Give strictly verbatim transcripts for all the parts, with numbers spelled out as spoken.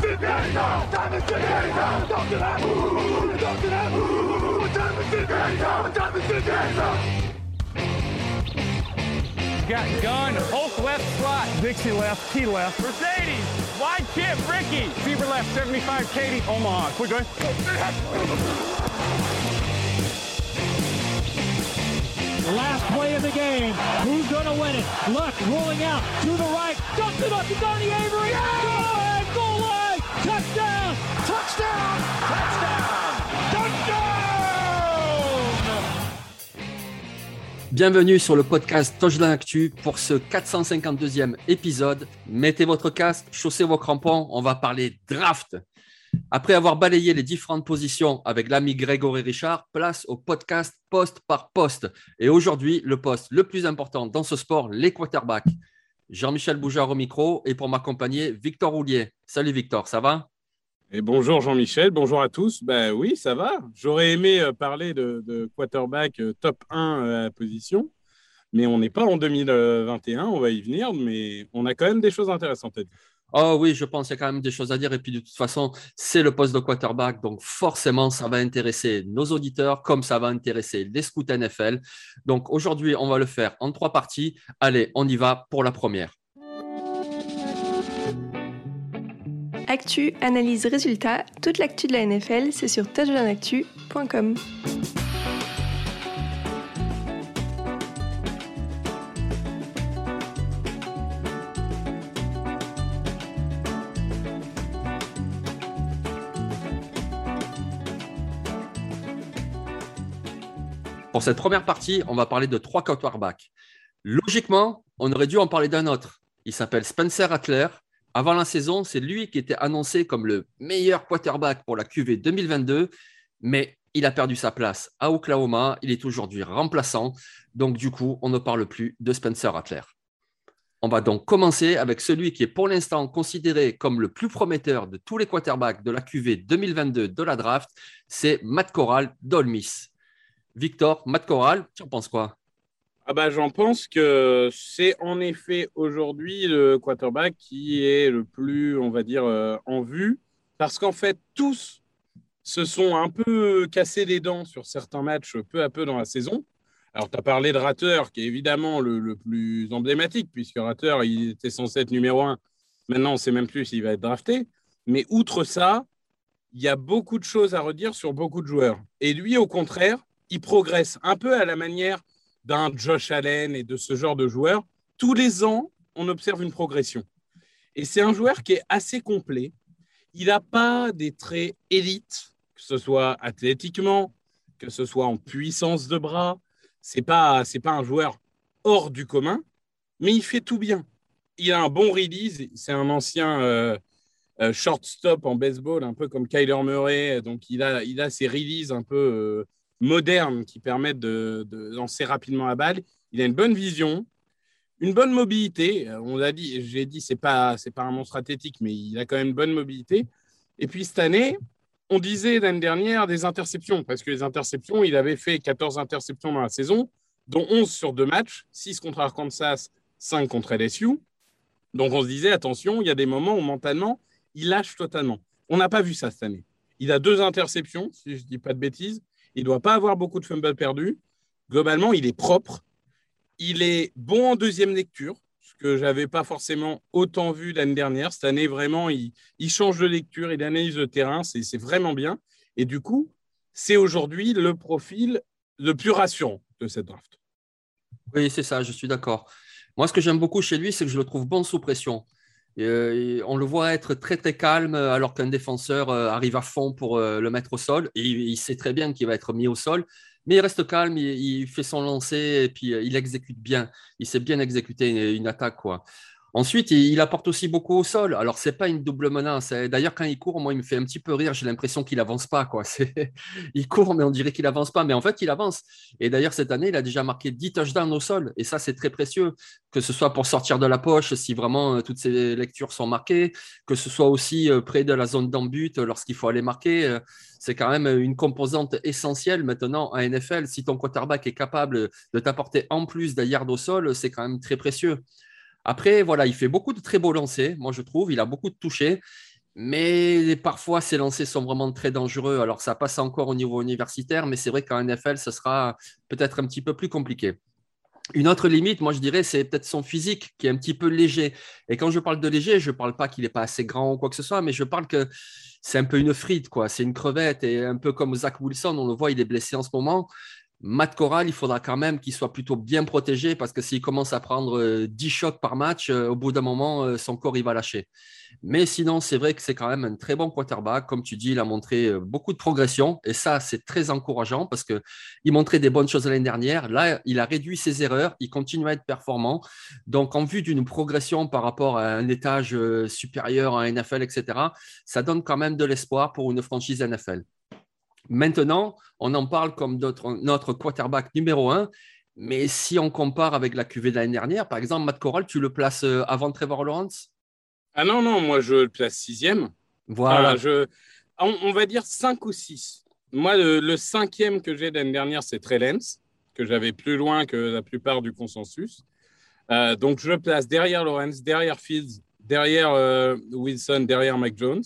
Got gun, Hulk left slot. Dixie left, T left. Mercedes, wide chip, Ricky. Fever left, seventy-five, Katie, Omaha. Quick, go ahead. Last play of the game. Who's going to win it? Luck rolling out to the right. Dumps it up to Donnie Avery. Yeah! Goal line, goal line. Touchdown, touchdown, touchdown, touchdown. Bienvenue sur le podcast Touchdown Actu pour ce quatre cent cinquante-deuxième épisode. Mettez votre casque, chaussez vos crampons, on va parler draft. Après avoir balayé les différentes positions avec l'ami Grégory Richard, place au podcast poste par poste. Et aujourd'hui, le poste le plus important dans ce sport, les quarterbacks. Jean-Michel Boujard au micro et pour m'accompagner, Victor Roulier. Salut Victor, ça va ? Et bonjour Jean-Michel, bonjour à tous. Ben oui, ça va. J'aurais aimé parler de, de quarterback top un à la position, mais on n'est pas en deux mille vingt et un, on va y venir, mais on a quand même des choses intéressantes à dire. Oh oui, je pense qu'il y a quand même des choses à dire. Et puis de toute façon, c'est le poste de quarterback. Donc forcément, ça va intéresser nos auditeurs comme ça va intéresser les scouts N F L. Donc aujourd'hui, on va le faire en trois parties. Allez, on y va pour la première. Actu, analyse, résultat, toute l'actu de la N F L, c'est sur touchdown actu point com. Pour cette première partie, on va parler de trois quarterbacks. Logiquement, on aurait dû en parler d'un autre. Il s'appelle Spencer Rattler. Avant la saison, c'est lui qui était annoncé comme le meilleur quarterback pour la Q V deux mille vingt-deux, mais il a perdu sa place à Oklahoma. Il est aujourd'hui remplaçant. Donc, du coup, on ne parle plus de Spencer Rattler. On va donc commencer avec celui qui est pour l'instant considéré comme le plus prometteur de tous les quarterbacks de la Q V deux mille vingt-deux de la draft. C'est Matt Corral d'Ole Miss. Victor, Matt Corral, tu en penses quoi ? Ah bah, j'en pense que c'est en effet aujourd'hui le quarterback qui est le plus, on va dire, euh, en vue, parce qu'en fait, tous se sont un peu cassés les dents sur certains matchs peu à peu dans la saison. Alors, tu as parlé de Ratter, qui est évidemment le, le plus emblématique, puisque Ratter, il était censé être numéro un. Maintenant, on ne sait même plus s'il va être drafté. Mais outre ça, il y a beaucoup de choses à redire sur beaucoup de joueurs. Et lui, au contraire, il progresse un peu à la manière d'un Josh Allen et de ce genre de joueurs. Tous les ans, on observe une progression. Et c'est un joueur qui est assez complet. Il n'a pas des traits élites, que ce soit athlétiquement, que ce soit en puissance de bras. Ce n'est pas, c'est pas un joueur hors du commun, mais il fait tout bien. Il a un bon release. C'est un ancien euh, euh, shortstop en baseball, un peu comme Kyler Murray. Donc, il a, il a ses releases un peu... Euh, moderne qui permettent de, de lancer rapidement la balle. Il a une bonne vision, une bonne mobilité. On l'a dit, j'ai dit, c'est pas, c'est pas un monstre athlétique, mais il a quand même une bonne mobilité. Et puis cette année, on disait l'année dernière des interceptions, parce que les interceptions, il avait fait quatorze interceptions dans la saison, dont onze sur deux matchs, six contre Arkansas, cinq contre L S U. Donc on se disait, attention, il y a des moments où mentalement, il lâche totalement. On n'a pas vu ça cette année. Il a deux interceptions, si je ne dis pas de bêtises. Il ne doit pas avoir beaucoup de fumbles perdus. Globalement, il est propre. Il est bon en deuxième lecture, ce que je n'avais pas forcément autant vu l'année dernière. Cette année, vraiment, il, il change de lecture, il analyse le terrain. C'est, c'est vraiment bien. Et du coup, c'est aujourd'hui le profil le plus rassurant de cette draft. Oui, c'est ça, je suis d'accord. Moi, ce que j'aime beaucoup chez lui, c'est que je le trouve bon sous pression. Et, euh, on le voit être très, très calme alors qu'un défenseur euh, arrive à fond pour euh, le mettre au sol. Et il, il sait très bien qu'il va être mis au sol, mais il reste calme, il, il fait son lancer et puis euh, il exécute bien. Il sait bien exécuter une, une attaque, quoi. Ensuite, il, il apporte aussi beaucoup au sol. Alors, ce n'est pas une double menace. D'ailleurs, quand il court, moi, il me fait un petit peu rire. J'ai l'impression qu'il n'avance pas, quoi. C'est... Il court, mais on dirait qu'il n'avance pas. Mais en fait, il avance. Et d'ailleurs, cette année, il a déjà marqué dix touchdowns au sol. Et ça, c'est très précieux. Que ce soit pour sortir de la poche, si vraiment euh, toutes ces lectures sont marquées, que ce soit aussi euh, près de la zone d'en-but euh, lorsqu'il faut aller marquer. Euh, c'est quand même une composante essentielle maintenant à N F L. Si ton quarterback est capable de t'apporter en plus des yards au sol, c'est quand même très précieux. Après, voilà, il fait beaucoup de très beaux lancers, moi je trouve. Il a beaucoup de touchés. Mais parfois, ces lancers sont vraiment très dangereux. Alors, ça passe encore au niveau universitaire, mais c'est vrai qu'en N F L, ce sera peut-être un petit peu plus compliqué. Une autre limite, moi, je dirais, c'est peut-être son physique qui est un petit peu léger. Et quand je parle de léger, je ne parle pas qu'il n'est pas assez grand ou quoi que ce soit, mais je parle que c'est un peu une frite, quoi. C'est une crevette. Et un peu comme Zach Wilson, on le voit, il est blessé en ce moment. Matt Corral, il faudra quand même qu'il soit plutôt bien protégé parce que s'il commence à prendre dix chocs par match, au bout d'un moment, son corps, il va lâcher. Mais sinon, c'est vrai que c'est quand même un très bon quarterback. Comme tu dis, il a montré beaucoup de progression et ça, c'est très encourageant parce qu'il montrait des bonnes choses l'année dernière. Là, il a réduit ses erreurs, il continue à être performant. Donc, en vue d'une progression par rapport à un étage supérieur en N F L, et cetera, ça donne quand même de l'espoir pour une franchise N F L. Maintenant, on en parle comme notre, notre quarterback numéro un, mais si on compare avec la Q V de l'année dernière, par exemple, Matt Corral, tu le places avant Trevor Lawrence? Ah non, non, moi je le place sixième. Voilà. Enfin, je, on, on va dire cinq ou six. Moi, le, le cinquième que j'ai l'année dernière, c'est Trey Lance, que j'avais plus loin que la plupart du consensus. Euh, donc, je le place derrière Lawrence, derrière Fields, derrière euh, Wilson, derrière Mac Jones,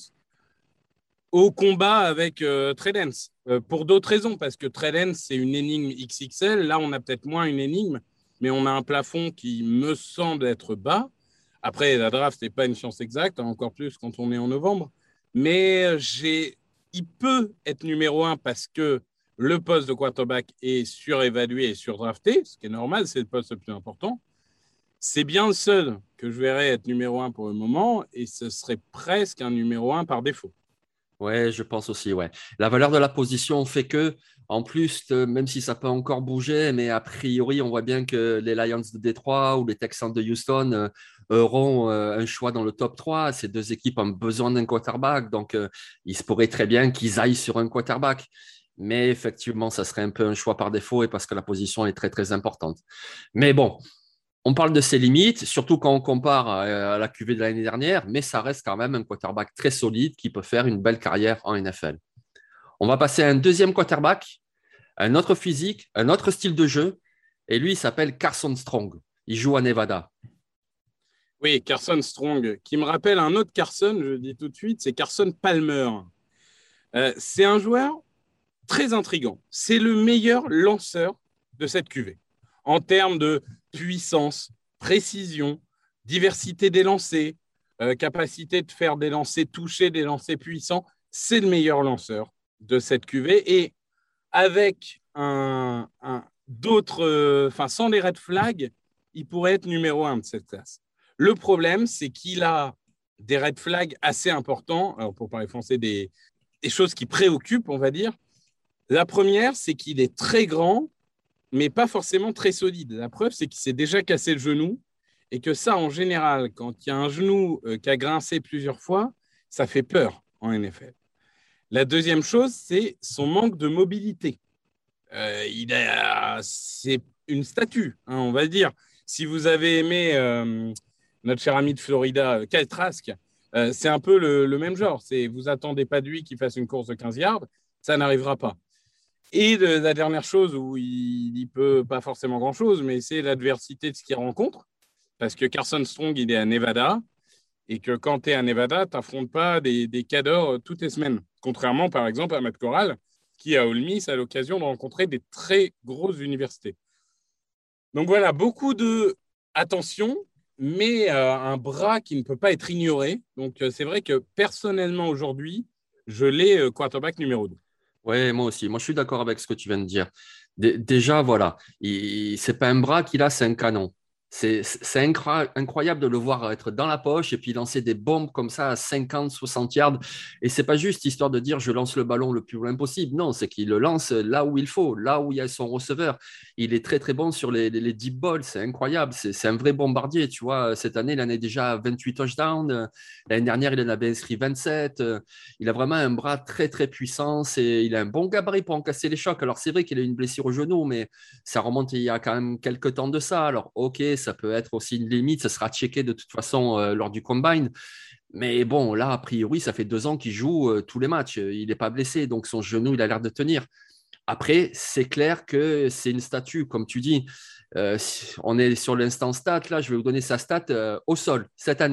au combat avec euh, Trey Lance. Euh, pour d'autres raisons, parce que Trey Lance, c'est une énigme X X L. Là, on a peut-être moins une énigme, mais on a un plafond qui me semble être bas. Après, la draft n'est pas une science exacte, encore plus quand on est en novembre. Mais j'ai... il peut être numéro un parce que le poste de quarterback est surévalué et surdrafté, ce qui est normal, c'est le poste le plus important. C'est bien le seul que je verrais être numéro un pour le moment, et ce serait presque un numéro un par défaut. Ouais, je pense aussi, ouais. La valeur de la position fait que, en plus, même si ça peut encore bouger, mais a priori, on voit bien que les Lions de Détroit ou les Texans de Houston euh, auront euh, un choix dans le top trois. Ces deux équipes ont besoin d'un quarterback, donc euh, il se pourrait très bien qu'ils aillent sur un quarterback. Mais effectivement, ça serait un peu un choix par défaut et parce que la position est très, très importante. Mais bon, on parle de ses limites, surtout quand on compare à la Q V de l'année dernière, mais ça reste quand même un quarterback très solide qui peut faire une belle carrière en N F L. On va passer à un deuxième quarterback, un autre physique, un autre style de jeu, et lui, il s'appelle Carson Strong. Il joue à Nevada. Oui, Carson Strong, qui me rappelle un autre Carson, je le dis tout de suite, c'est Carson Palmer. Euh, c'est un joueur très intriguant. C'est le meilleur lanceur de cette Q V en termes de puissance, précision, diversité des lancers, euh, capacité de faire des lancers touchés, des lancers puissants. C'est le meilleur lanceur de cette Q V. Et avec un, un, d'autres, enfin, euh, sans les red flags, il pourrait être numéro un de cette classe. Le problème, c'est qu'il a des red flags assez importants, alors pour parler français, des, des choses qui préoccupent, on va dire. La première, c'est qu'il est très grand, mais pas forcément très solide. La preuve, c'est qu'il s'est déjà cassé le genou et que ça, en général, quand il y a un genou euh, qui a grincé plusieurs fois, ça fait peur en N F L. La deuxième chose, c'est son manque de mobilité. Euh, il a, c'est une statue, hein, on va dire. Si vous avez aimé euh, notre cher ami de Florida, Kyle Trask, euh, c'est un peu le, le même genre. C'est, vous attendez pas de lui qu'il fasse une course de quinze yards, ça n'arrivera pas. Et de, la dernière chose où il n'y peut pas forcément grand-chose, mais c'est l'adversité de ce qu'il rencontre. Parce que Carson Strong, il est à Nevada. Et que quand tu es à Nevada, tu n'affrontes pas des, des cadors toutes les semaines. Contrairement, par exemple, à Matt Corral, qui à Ole Miss a l'occasion de rencontrer des très grosses universités. Donc voilà, beaucoup de attention, mais euh, un bras qui ne peut pas être ignoré. Donc euh, c'est vrai que personnellement, aujourd'hui, je l'ai euh, quarterback numéro deux. Oui, moi aussi. Moi, je suis d'accord avec ce que tu viens de dire. D- déjà, voilà, ce n'est pas un bras qu'il a, c'est un canon. C'est, c'est incro- incroyable de le voir être dans la poche et puis lancer des bombes comme ça à cinquante, soixante yards. Et ce n'est pas juste histoire de dire je lance le ballon le plus loin possible. Non, c'est qu'il le lance là où il faut, là où il y a son receveur. Il est très, très bon sur les, les, les deep balls. C'est incroyable. C'est, c'est un vrai bombardier. Tu vois, cette année, il en est déjà à vingt-huit touchdowns. L'année dernière, il en avait inscrit vingt-sept. Il a vraiment un bras très, très puissant. C'est, il a un bon gabarit pour encaisser les chocs. Alors, c'est vrai qu'il a une blessure au genou, mais ça remonte il y a quand même quelques temps de ça. Alors, OK, ça peut être aussi une limite, ça sera checké de toute façon euh, lors du combine. Mais bon, là, a priori, ça fait deux ans qu'il joue euh, tous les matchs. Il n'est pas blessé, donc son genou, il a l'air de tenir. Après, c'est clair que c'est une statue, comme tu dis. Euh, on est sur l'instant stat, là, je vais vous donner sa stat euh, au sol cette année.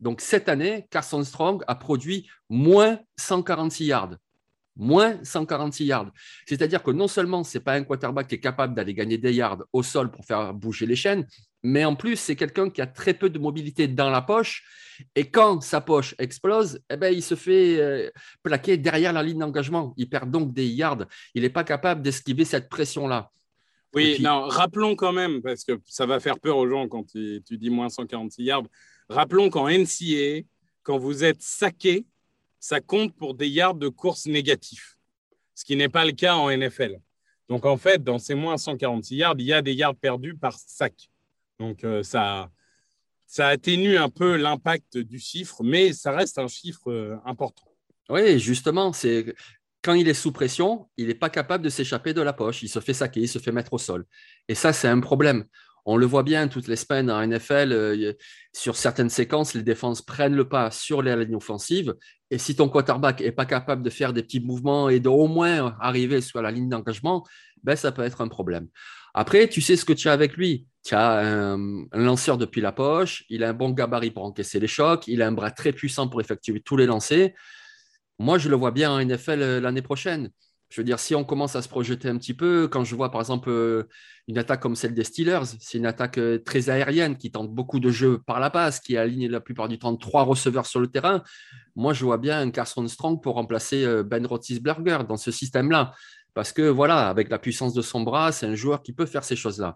Donc, cette année, Carson Strong a produit moins cent quarante-six yards. Moins cent quarante-six yards. C'est-à-dire que non seulement ce n'est pas un quarterback qui est capable d'aller gagner des yards au sol pour faire bouger les chaînes, mais en plus, c'est quelqu'un qui a très peu de mobilité dans la poche. Et quand sa poche explose, eh ben, il se fait euh, plaquer derrière la ligne d'engagement. Il perd donc des yards. Il n'est pas capable d'esquiver cette pression-là. Oui, puis, non, rappelons quand même, parce que ça va faire peur aux gens quand tu, tu dis moins cent quarante-six yards, rappelons qu'en N C A A, quand vous êtes saqué, ça compte pour des yards de course négatifs, ce qui n'est pas le cas en N F L. Donc, en fait, dans ces moins cent quarante-six yards, il y a des yards perdus par sac. Donc, euh, ça, ça atténue un peu l'impact du chiffre, mais ça reste un chiffre euh, important. Oui, justement, c'est... Quand il est sous pression, il n'est pas capable de s'échapper de la poche. Il se fait saquer, il se fait mettre au sol. Et ça, c'est un problème. On le voit bien toutes les semaines en N F L. Euh, sur certaines séquences, les défenses prennent le pas sur les lignes offensives. Et si ton quarterback n'est pas capable de faire des petits mouvements et de au moins arriver sur la ligne d'engagement, ben, ça peut être un problème. Après, tu sais ce que tu as avec lui. Tu as un, un lanceur depuis la poche. Il a un bon gabarit pour encaisser les chocs. Il a un bras très puissant pour effectuer tous les lancers. Moi, je le vois bien en N F L l'année prochaine. Je veux dire, si on commence à se projeter un petit peu, quand je vois par exemple une attaque comme celle des Steelers, c'est une attaque très aérienne qui tente beaucoup de jeux par la passe, qui aligne la plupart du temps trois receveurs sur le terrain. Moi, je vois bien un Carson Strong pour remplacer Ben Roethlisberger dans ce système-là. Parce que voilà, avec la puissance de son bras, c'est un joueur qui peut faire ces choses-là.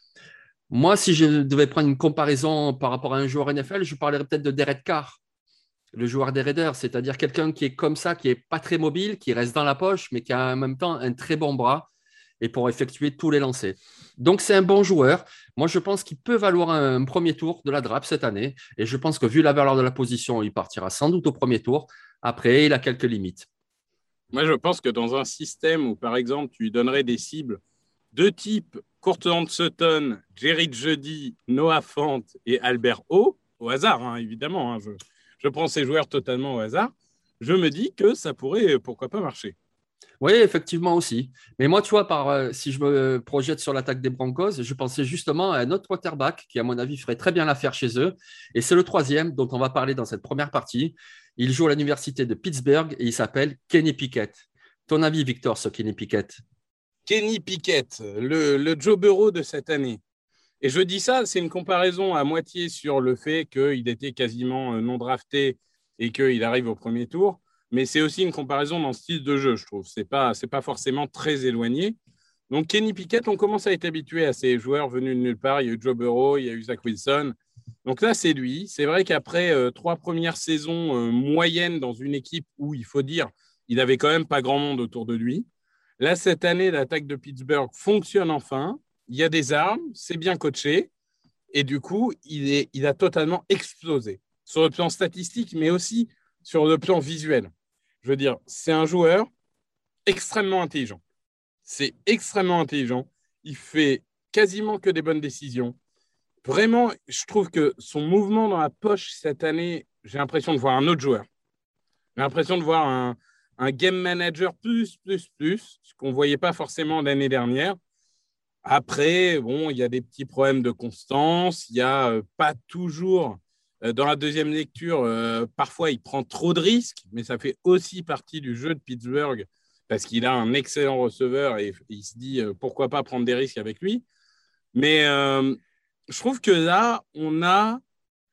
Moi, si je devais prendre une comparaison par rapport à un joueur N F L, je parlerais peut-être de Derek Carr, le joueur des Raiders, c'est-à-dire quelqu'un qui est comme ça, qui n'est pas très mobile, qui reste dans la poche, mais qui a en même temps un très bon bras et pour effectuer tous les lancers. Donc, c'est un bon joueur. Moi, je pense qu'il peut valoir un, un premier tour de la draft cette année. Et je pense que vu la valeur de la position, il partira sans doute au premier tour. Après, il a quelques limites. Moi, je pense que dans un système où, par exemple, tu lui donnerais des cibles de type Courtland Sutton, Jerry Jeudy, Noah Fant et Albert O, au hasard, hein, évidemment, hein, je... je prends ces joueurs totalement au hasard, je me dis que ça pourrait, pourquoi pas, marcher. Oui, effectivement aussi. Mais moi, tu vois, par, euh, si je me projette sur l'attaque des Broncos, je pensais justement à un autre quarterback qui, à mon avis, ferait très bien l'affaire chez eux. Et c'est le troisième dont on va parler dans cette première partie. Il joue à l'université de Pittsburgh et il s'appelle Kenny Pickett. Ton avis, Victor, sur Kenny Pickett? Kenny Pickett, le, le Joe Burrow de cette année. Et je dis ça, c'est une comparaison à moitié sur le fait qu'il était quasiment non drafté et qu'il arrive au premier tour, mais c'est aussi une comparaison dans le style de jeu, je trouve. Ce n'est pas, c'est pas forcément très éloigné. Donc, Kenny Pickett, on commence à être habitué à ces joueurs venus de nulle part. Il y a eu Joe Burrow, il y a eu Zach Wilson. Donc là, c'est lui. C'est vrai qu'après euh, trois premières saisons euh, moyennes dans une équipe où, il faut dire, il n'avait quand même pas grand monde autour de lui. Là, cette année, l'attaque de Pittsburgh fonctionne enfin. Il y a des armes, c'est bien coaché. Et du coup, il, est, il a totalement explosé sur le plan statistique, mais aussi sur le plan visuel. Je veux dire, c'est un joueur extrêmement intelligent. C'est extrêmement intelligent. Il fait quasiment que des bonnes décisions. Vraiment, je trouve que son mouvement dans la poche cette année, j'ai l'impression de voir un autre joueur. J'ai l'impression de voir un, un game manager plus, plus, plus, ce qu'on ne voyait pas forcément l'année dernière. Après, bon, il y a des petits problèmes de constance. Il n'y a euh, pas toujours, euh, dans la deuxième lecture, euh, parfois il prend trop de risques, mais ça fait aussi partie du jeu de Pittsburgh parce qu'il a un excellent receveur et, et il se dit euh, pourquoi pas prendre des risques avec lui. Mais euh, je trouve que là, on a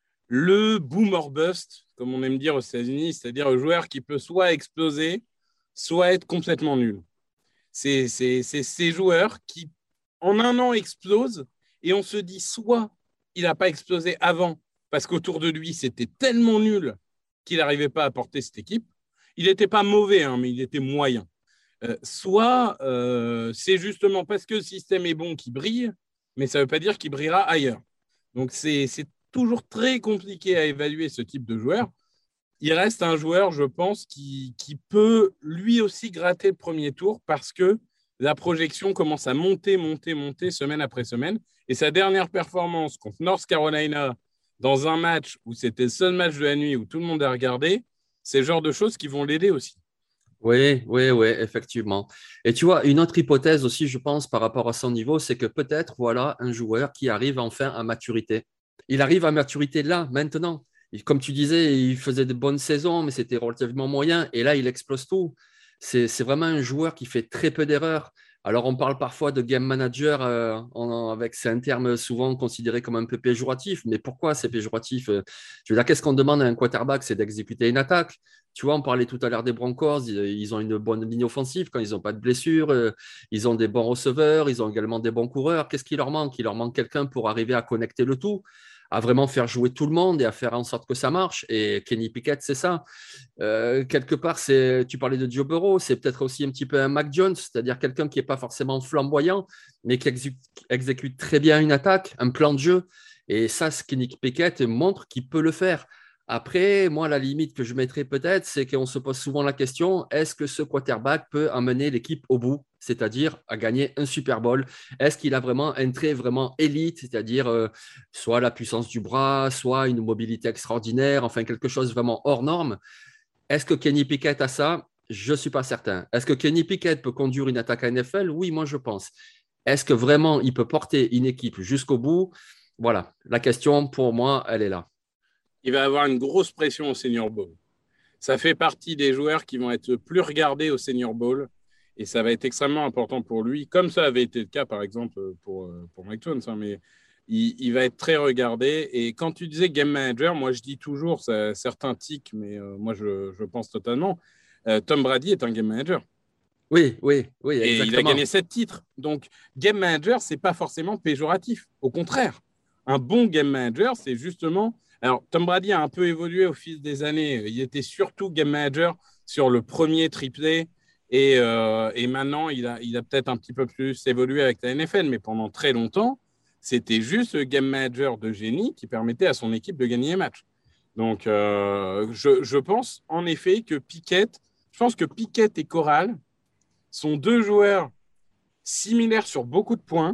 le boom or bust, comme on aime dire aux États-Unis, c'est-à-dire le joueur qui peut soit exploser, soit être complètement nul. C'est, c'est, c'est ces joueurs qui, en un an, explosent et on se dit soit il n'a pas explosé avant parce qu'autour de lui, c'était tellement nul qu'il n'arrivait pas à porter cette équipe. Il n'était pas mauvais, hein, mais il était moyen. Euh, soit euh, c'est justement parce que le système est bon qu'il brille, mais ça ne veut pas dire qu'il brillera ailleurs. Donc, c'est, c'est toujours très compliqué à évaluer ce type de joueur. Il reste un joueur, je pense, qui, qui peut lui aussi gratter le premier tour parce que la projection commence à monter, monter, monter semaine après semaine. Et sa dernière performance contre North Carolina dans un match où c'était le seul match de la nuit où tout le monde a regardé, c'est le genre de choses qui vont l'aider aussi. Oui, oui, oui, effectivement. Et tu vois, une autre hypothèse aussi, je pense, par rapport à son niveau, c'est que peut-être, voilà, un joueur qui arrive enfin à maturité. Il arrive à maturité là, maintenant. comme tu disais, il faisait de bonnes saisons, mais c'était relativement moyen. Et là, il explose tout. C'est, c'est vraiment un joueur qui fait très peu d'erreurs. Alors, on parle parfois de game manager euh, en, avec, c'est un terme souvent considéré comme un peu péjoratif. Mais pourquoi c'est péjoratif? Je veux dire, qu'est-ce qu'on demande à un quarterback? C'est d'exécuter une attaque. Tu vois, on parlait tout à l'heure des Broncos. Ils, ils ont une bonne ligne offensive quand ils n'ont pas de blessures. Euh, ils ont des bons receveurs. Ils ont également des bons coureurs. Qu'est-ce qui leur manque? Il leur manque quelqu'un pour arriver à connecter le tout, à vraiment faire jouer tout le monde et à faire en sorte que ça marche. Et Kenny Pickett, c'est ça. Euh, quelque part, c'est, tu parlais de Joe Burrow, c'est peut-être aussi un petit peu un Mac Jones, c'est-à-dire quelqu'un qui n'est pas forcément flamboyant, mais qui exé- exécute très bien une attaque, un plan de jeu. Et ça, ce Kenny Pickett montre qu'il peut le faire. Après, moi, la limite que je mettrais peut-être, c'est qu'on se pose souvent la question, est-ce que ce quarterback peut amener l'équipe au bout, c'est-à-dire à gagner un Super Bowl? Est-ce qu'il a vraiment un trait vraiment élite, c'est-à-dire euh, soit la puissance du bras, soit une mobilité extraordinaire, enfin quelque chose vraiment hors norme? Est-ce que Kenny Pickett a ça? Je ne suis pas certain. Est-ce que Kenny Pickett peut conduire une attaque à N F L? Oui, moi je pense. Est-ce que vraiment il peut porter une équipe jusqu'au bout? Voilà, la question pour moi, elle est là. Il va avoir une grosse pression au Senior Bowl. Ça fait partie des joueurs qui vont être plus regardés au Senior Bowl et ça va être extrêmement important pour lui, comme ça avait été le cas par exemple pour, pour Mike Jones, hein, mais il, il va être très regardé. Et quand tu disais game manager, moi je dis toujours, ça, certains tics, mais euh, moi je, je pense totalement, euh, Tom Brady est un game manager. Oui, oui, oui, et exactement. il a gagné sept titres. Donc game manager, c'est pas forcément péjoratif. Au contraire, un bon game manager, c'est justement... Alors, Tom Brady a un peu évolué au fil des années. Il était surtout game manager sur le premier triplé et, euh, et maintenant, il a, il a peut-être un petit peu plus évolué avec la N F L, mais pendant très longtemps, c'était juste le game manager de génie qui permettait à son équipe de gagner les matchs. Donc, euh, je, je pense en effet que Pickett, je pense que Pickett et Corral sont deux joueurs similaires sur beaucoup de points.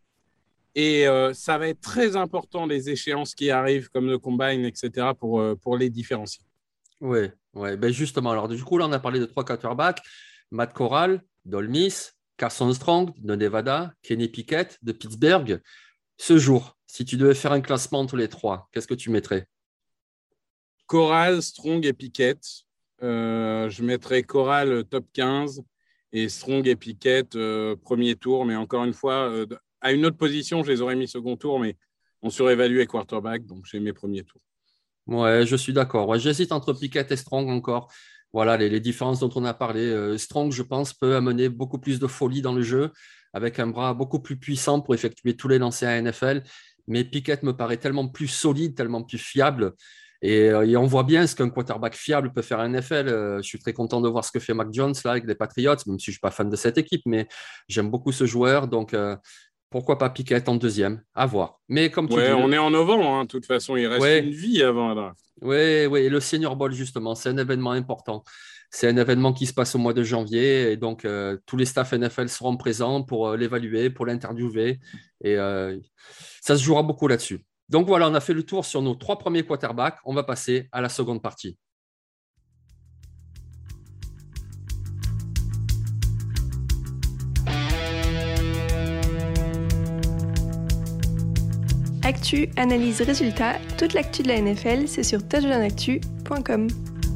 Et euh, ça va être très important, les échéances qui arrivent, comme le combine, et cetera, pour, euh, pour les différencier. Oui, ouais. Ben justement. Alors, du coup, là, on a parlé de trois quarterbacks. Matt Corral, d'Ole Miss, Carson Strong, de Nevada, Kenny Pickett, de Pittsburgh. Ce jour, si tu devais faire un classement entre les trois, qu'est-ce que tu mettrais? Corral, Strong et Pickett. Euh, je mettrais Corral top quinze et Strong et Pickett euh, premier tour. Mais encore une fois... Euh, à une autre position, je les aurais mis second tour, mais on surévaluait quarterback, donc j'ai mes premiers tours. Ouais, je suis d'accord. Ouais, j'hésite entre Pickett et Strong encore. Voilà, les, les différences dont on a parlé. Euh, Strong, je pense, peut amener beaucoup plus de folie dans le jeu, avec un bras beaucoup plus puissant pour effectuer tous les lancers à N F L. Mais Pickett me paraît tellement plus solide, tellement plus fiable. Et, euh, et on voit bien ce qu'un quarterback fiable peut faire à N F L. Euh, je suis très content de voir ce que fait Mac Jones là, avec les Patriots, même si je ne suis pas fan de cette équipe, mais j'aime beaucoup ce joueur. Donc, euh, pourquoi pas Pickett en deuxième? À voir. Mais comme tu ouais, dis, on le... est en novembre, hein, de toute façon, il reste ouais. une vie avant la draft. Oui, oui, le Senior Bowl, justement, c'est un événement important. C'est un événement qui se passe au mois de janvier et donc euh, tous les staffs N F L seront présents pour euh, l'évaluer, pour l'interviewer et euh, ça se jouera beaucoup là-dessus. Donc voilà, on a fait le tour sur nos trois premiers quarterbacks. On va passer à la seconde partie. Actu, analyse, résultat, toute l'actu de la N F L, c'est sur touchdown actu point com.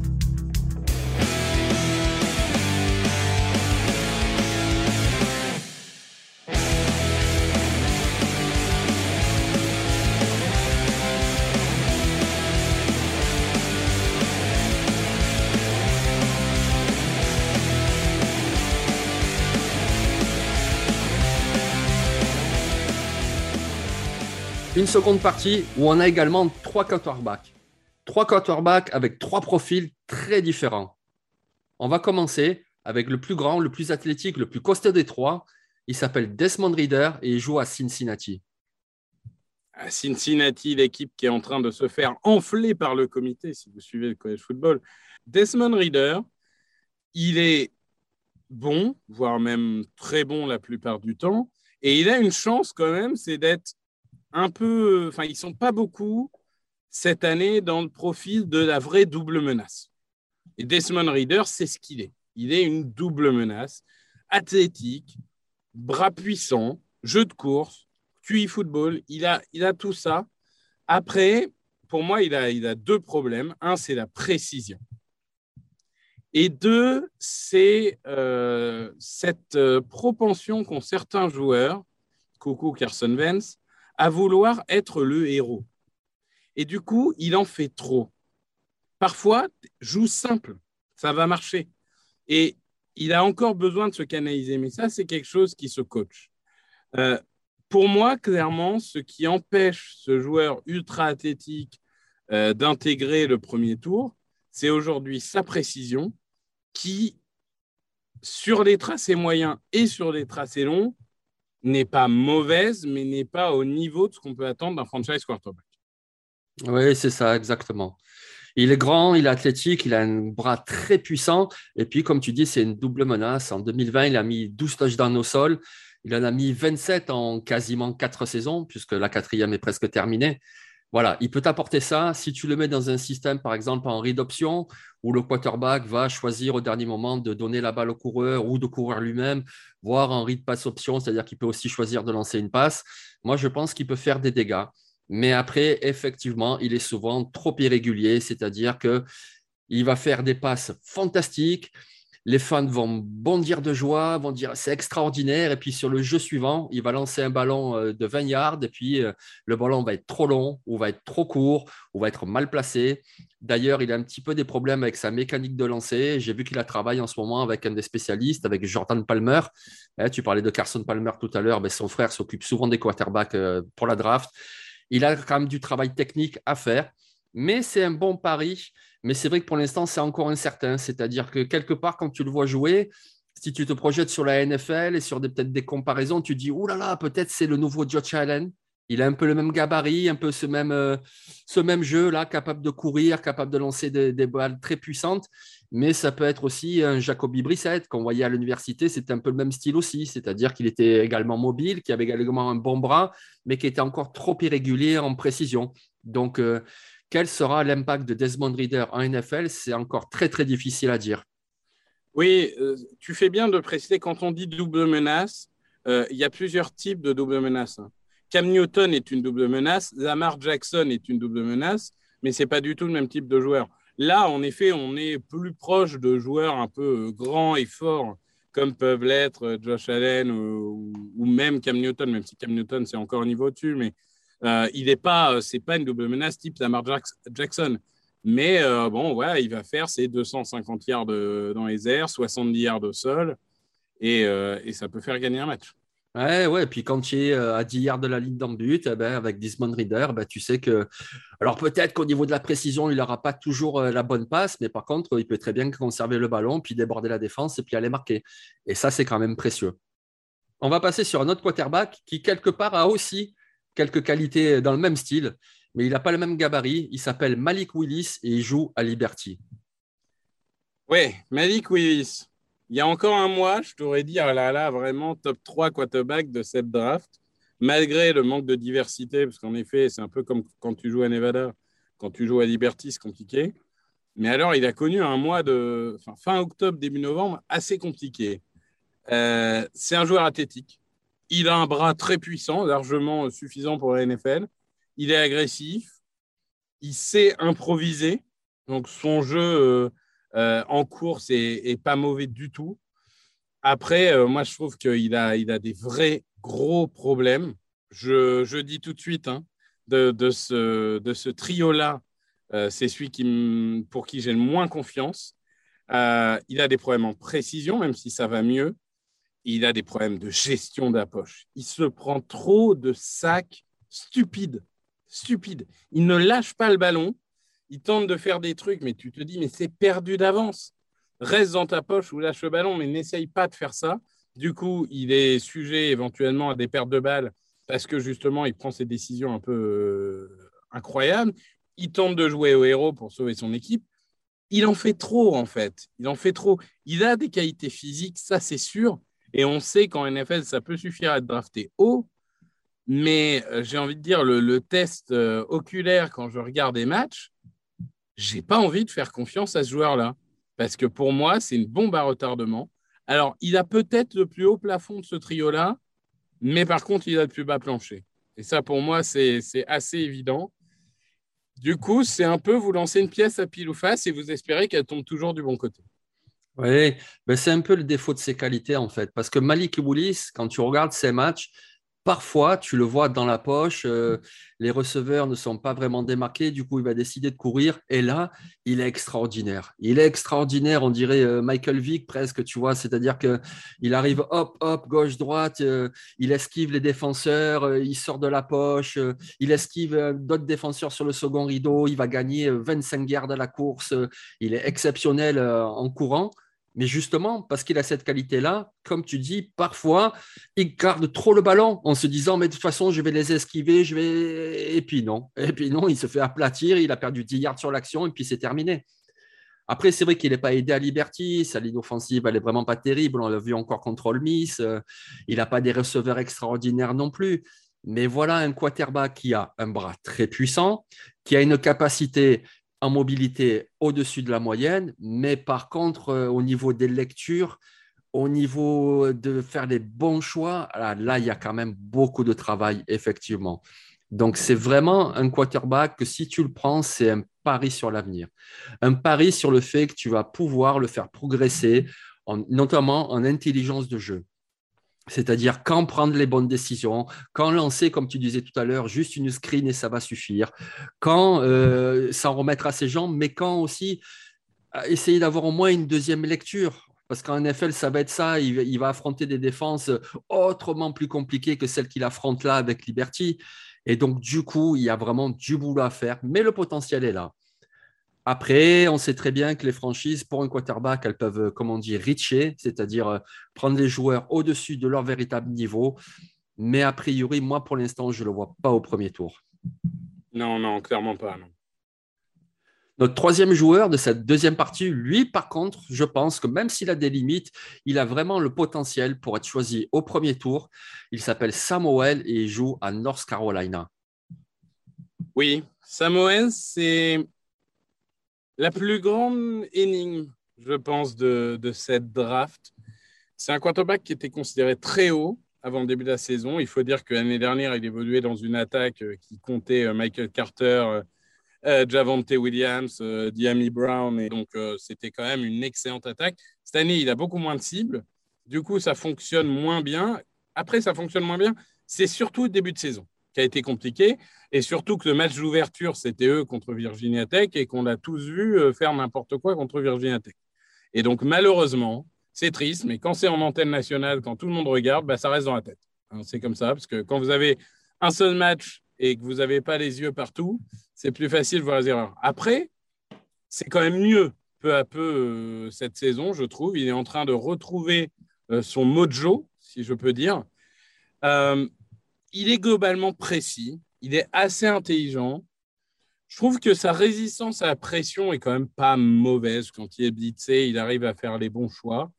Une seconde partie où on a également trois quarterbacks. Trois quarterbacks avec trois profils très différents. On va commencer avec le plus grand, le plus athlétique, le plus costaud des trois. Il s'appelle Desmond Ridder et il joue à Cincinnati. À Cincinnati, l'équipe qui est en train de se faire enfler par le comité, si vous suivez le college football. Desmond Ridder, il est bon, voire même très bon la plupart du temps. Et il a une chance quand même, c'est d'être un peu, enfin, ils ne sont pas beaucoup cette année dans le profil de la vraie double menace. Et Desmond Ridder, c'est ce qu'il est. Il est une double menace, athlétique, bras puissants, jeu de course, Q I football, il a, il a tout ça. Après, pour moi, il a, il a deux problèmes. Un, c'est la précision. Et deux, c'est euh, cette euh, propension qu'ont certains joueurs, coucou Carson Wentz, à vouloir être le héros. Et du coup, il en fait trop. Parfois, joue simple, ça va marcher. Et il a encore besoin de se canaliser. Mais ça, c'est quelque chose qui se coach. Euh, pour moi, clairement, ce qui empêche ce joueur ultra athlétique euh, d'intégrer le premier tour, c'est aujourd'hui sa précision qui, sur les tracés moyens et sur les tracés longs, n'est pas mauvaise, mais n'est pas au niveau de ce qu'on peut attendre d'un franchise quarterback. Oui, c'est ça, exactement. Il est grand, il est athlétique, il a un bras très puissant. Et puis, comme tu dis, c'est une double menace. En deux mille vingt, il a mis douze touchdowns au sol. Il en a mis vingt-sept en quasiment quatre saisons, puisque la quatrième est presque terminée. Voilà, il peut t'apporter ça. Si tu le mets dans un système, par exemple, en read option, où le quarterback va choisir au dernier moment de donner la balle au coureur ou de courir lui-même, voire en read pass option, c'est-à-dire qu'il peut aussi choisir de lancer une passe. Moi, je pense qu'il peut faire des dégâts. Mais après, effectivement, il est souvent trop irrégulier, c'est-à-dire qu'il va faire des passes fantastiques. Les fans vont bondir de joie, vont dire c'est extraordinaire. Et puis sur le jeu suivant, il va lancer un ballon de vingt yards et puis le ballon va être trop long ou va être trop court ou va être mal placé. D'ailleurs, il a un petit peu des problèmes avec sa mécanique de lancer. J'ai vu qu'il a travaillé en ce moment avec un des spécialistes, avec Jordan Palmer. Tu parlais de Carson Palmer tout à l'heure. Son frère s'occupe souvent des quarterbacks pour la draft. Il a quand même du travail technique à faire, mais c'est un bon pari. Mais c'est vrai que pour l'instant, c'est encore incertain. C'est-à-dire que quelque part, quand tu le vois jouer, si tu te projettes sur la N F L et sur des, peut-être des comparaisons, tu dis « Ouh là là, peut-être c'est le nouveau Josh Allen ». Il a un peu le même gabarit, un peu ce même, euh, ce même jeu-là, capable de courir, capable de lancer des, des balles très puissantes. Mais ça peut être aussi un Jacoby Brissett qu'on voyait à l'université. C'était un peu le même style aussi, c'est-à-dire qu'il était également mobile, qu'il avait également un bon bras, mais qui était encore trop irrégulier en précision. Donc, euh, quel sera l'impact de Desmond Ridder en N F L? C'est encore très, très difficile à dire. Oui, euh, tu fais bien de préciser, quand on dit double menace, euh, il y a plusieurs types de double menace. Hein. Cam Newton est une double menace, Lamar Jackson est une double menace, mais ce n'est pas du tout le même type de joueur. Là, en effet, on est plus proche de joueurs un peu grands et forts, comme peuvent l'être Josh Allen ou, ou même Cam Newton, même si Cam Newton, c'est encore un niveau au-dessus, mais euh, il n'est pas, c'est pas une double menace type Lamar Jackson. Mais euh, bon, voilà, il va faire ses deux cent cinquante yards de, dans les airs, soixante-dix yards au sol, et, euh, et ça peut faire gagner un match. Ouais, ouais, et puis quand tu es à dix yards de la ligne d'en but, eh ben, avec Desmond Ridder, ben, tu sais que. Alors peut-être qu'au niveau de la précision, il n'aura pas toujours la bonne passe, mais par contre, il peut très bien conserver le ballon, puis déborder la défense et puis aller marquer. Et ça, c'est quand même précieux. On va passer sur un autre quarterback qui, quelque part, a aussi quelques qualités dans le même style, mais il n'a pas le même gabarit. Il s'appelle Malik Willis et il joue à Liberty. Oui, Malik Willis. Il y a encore un mois, je t'aurais dit, ah là là, vraiment top trois quarterback de cette draft, malgré le manque de diversité, parce qu'en effet, c'est un peu comme quand tu joues à Nevada, quand tu joues à Liberty, c'est compliqué. Mais alors, il a connu un mois de enfin, fin octobre, début novembre, assez compliqué. Euh, c'est un joueur athlétique. Il a un bras très puissant, largement suffisant pour la N F L. Il est agressif. Il sait improviser. Donc, son jeu... Euh, Euh, en course et, et pas mauvais du tout. Après, euh, moi, je trouve qu'il a, il a des vrais gros problèmes. Je, je dis tout de suite, hein, de, de, ce, de ce trio-là, euh, c'est celui qui m, pour qui j'ai le moins confiance. Euh, il a des problèmes en précision, même si ça va mieux. Il a des problèmes de gestion de la poche. Il se prend trop de sacs stupides. Stupides. Il ne lâche pas le ballon. Il tente de faire des trucs, mais tu te dis, mais c'est perdu d'avance. Reste dans ta poche ou lâche le ballon, mais n'essaye pas de faire ça. Du coup, il est sujet éventuellement à des pertes de balles parce que justement, il prend ses décisions un peu euh, incroyables. Il tente de jouer au héros pour sauver son équipe. Il en fait trop, en fait. Il en fait trop. Il a des qualités physiques, ça c'est sûr. Et on sait qu'en N F L, ça peut suffire à être drafté haut. Mais euh, j'ai envie de dire, le, le test euh, oculaire, quand je regarde des matchs, j'ai pas envie de faire confiance à ce joueur-là. Parce que pour moi, c'est une bombe à retardement. Alors, il a peut-être le plus haut plafond de ce trio-là, mais par contre, il a le plus bas plancher. Et ça, pour moi, c'est, c'est assez évident. Du coup, c'est un peu vous lancer une pièce à pile ou face et vous espérez qu'elle tombe toujours du bon côté. Oui, ben c'est un peu le défaut de ses qualités en fait. Parce que Malik Willis, quand tu regardes ses matchs, parfois tu le vois dans la poche, euh, les receveurs ne sont pas vraiment démarqués, du coup il va décider de courir. Et là, il est extraordinaire. Il est extraordinaire, on dirait euh, Michael Vick presque, tu vois. C'est-à-dire qu'il arrive hop, hop, gauche-droite, euh, il esquive les défenseurs, euh, il sort de la poche, euh, il esquive euh, d'autres défenseurs sur le second rideau, il va gagner euh, vingt-cinq yards à la course. Euh, il est exceptionnel euh, en courant. Mais justement, parce qu'il a cette qualité-là, comme tu dis, parfois, il garde trop le ballon en se disant, mais de toute façon, je vais les esquiver, je vais... Et puis non. Et puis non, il se fait aplatir, il a perdu dix yards sur l'action et puis c'est terminé. Après, c'est vrai qu'il n'est pas aidé à Liberty, sa ligne offensive, elle n'est vraiment pas terrible, on l'a vu encore contre Ole Miss, euh, il n'a pas des receveurs extraordinaires non plus. Mais voilà un quarterback qui a un bras très puissant, qui a une capacité en mobilité au-dessus de la moyenne, mais par contre, euh, au niveau des lectures, au niveau de faire les bons choix, là, là, il y a quand même beaucoup de travail, effectivement. Donc, c'est vraiment un quarterback que si tu le prends, c'est un pari sur l'avenir. Un pari sur le fait que tu vas pouvoir le faire progresser, en, notamment en intelligence de jeu. C'est-à-dire quand prendre les bonnes décisions, quand lancer, comme tu disais tout à l'heure, juste une screen et ça va suffire, quand euh, s'en remettre à ses jambes, mais quand aussi euh, essayer d'avoir au moins une deuxième lecture. Parce qu'en N F L, ça va être ça, il, il va affronter des défenses autrement plus compliquées que celles qu'il affronte là avec Liberty. Et donc, du coup, il y a vraiment du boulot à faire, mais le potentiel est là. Après, on sait très bien que les franchises, pour un quarterback, elles peuvent, comme on dit, reacher, c'est-à-dire euh, prendre les joueurs au-dessus de leur véritable niveau. Mais a priori, moi, pour l'instant, je ne le vois pas au premier tour. Non, non, clairement pas. Non. Notre troisième joueur de cette deuxième partie, lui, par contre, je pense que même s'il a des limites, il a vraiment le potentiel pour être choisi au premier tour. Il s'appelle Samuel et il joue à North Carolina. Oui, Samuel, c'est la plus grande énigme, je pense, de, de cette draft. C'est un quarterback qui était considéré très haut avant le début de la saison. Il faut dire que l'année dernière, il évoluait dans une attaque qui comptait Michael Carter, euh, Javonte Williams, euh, Dyami Brown. Et donc, euh, c'était quand même une excellente attaque. Cette année, il a beaucoup moins de cibles. Du coup, ça fonctionne moins bien. Après, ça fonctionne moins bien. C'est surtout le début de saison qui a été compliqué. Et surtout que le match d'ouverture, c'était eux contre Virginia Tech et qu'on a tous vu faire n'importe quoi contre Virginia Tech. Et donc, malheureusement, c'est triste, mais quand c'est en antenne nationale, quand tout le monde regarde, bah, ça reste dans la tête. Alors, c'est comme ça, parce que quand vous avez un seul match et que vous n'avez pas les yeux partout, c'est plus facile de voir les erreurs. Après, c'est quand même mieux, peu à peu, euh, cette saison, je trouve. Il est en train de retrouver euh, son mojo, si je peux dire. Euh, il est globalement précis. Il est assez intelligent. Je trouve que sa résistance à la pression est quand même pas mauvaise. Quand il est blitzé, il arrive à faire les bons choix.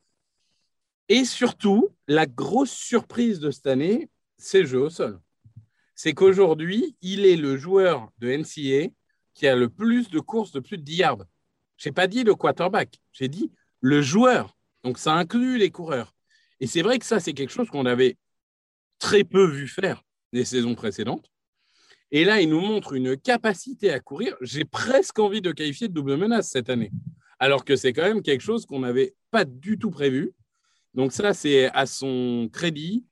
Et surtout, la grosse surprise de cette année, c'est le jeu au sol. C'est qu'aujourd'hui, il est le joueur de N C A A qui a le plus de courses de plus de dix yards. Je n'ai pas dit le quarterback, j'ai dit le joueur. Donc, ça inclut les coureurs. Et c'est vrai que ça, c'est quelque chose qu'on avait très peu vu faire les saisons précédentes. Et là, il nous montre une capacité à courir. J'ai presque envie de qualifier de double menace cette année. Alors que c'est quand même quelque chose qu'on n'avait pas du tout prévu. Donc ça, c'est à son crédit,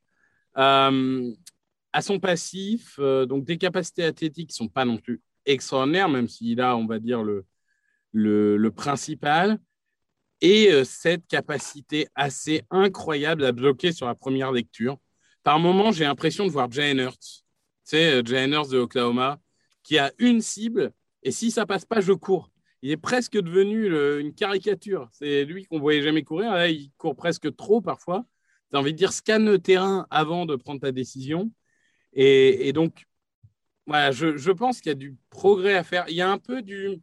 euh, à son passif. Euh, donc des capacités athlétiques qui ne sont pas non plus extraordinaires, même s'il a, on va dire, le, le, le principal. Et euh, cette capacité assez incroyable à bloquer sur la première lecture. Par moments, j'ai l'impression de voir Jalen Hurts. C'est Jalen Hurts de Oklahoma, qui a une cible, et si ça ne passe pas, je cours. Il est presque devenu le, une caricature. C'est lui qu'on ne voyait jamais courir. Là, il court presque trop parfois. Tu as envie de dire, scanne le terrain avant de prendre ta décision. Et, et donc, voilà, je, je pense qu'il y a du progrès à faire. Il y a un peu du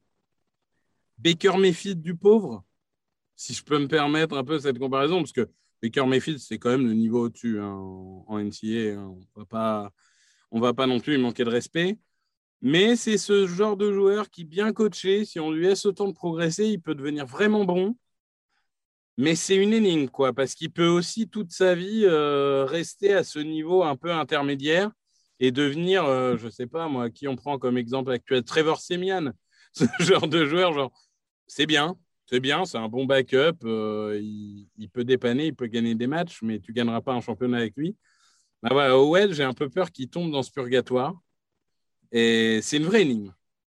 Baker Mayfield du pauvre, si je peux me permettre un peu cette comparaison, parce que Baker Mayfield, c'est quand même le niveau au-dessus hein, en, en N C A A. Hein. On ne va pas... On ne va pas non plus lui manquer de respect. Mais c'est ce genre de joueur qui, bien coaché, si on lui laisse le temps de progresser, il peut devenir vraiment bon. Mais c'est une énigme, quoi, parce qu'il peut aussi toute sa vie euh, rester à ce niveau un peu intermédiaire. et devenir, euh, je ne sais pas moi, qui on prend comme exemple actuel, Trevor Siemian, ce genre de joueur, genre, c'est bien, c'est bien, c'est un bon backup, euh, il, il peut dépanner, il peut gagner des matchs, mais tu ne gagneras pas un championnat avec lui. Bah ouais, Howell, j'ai un peu peur qu'il tombe dans ce purgatoire, et c'est une vraie énigme.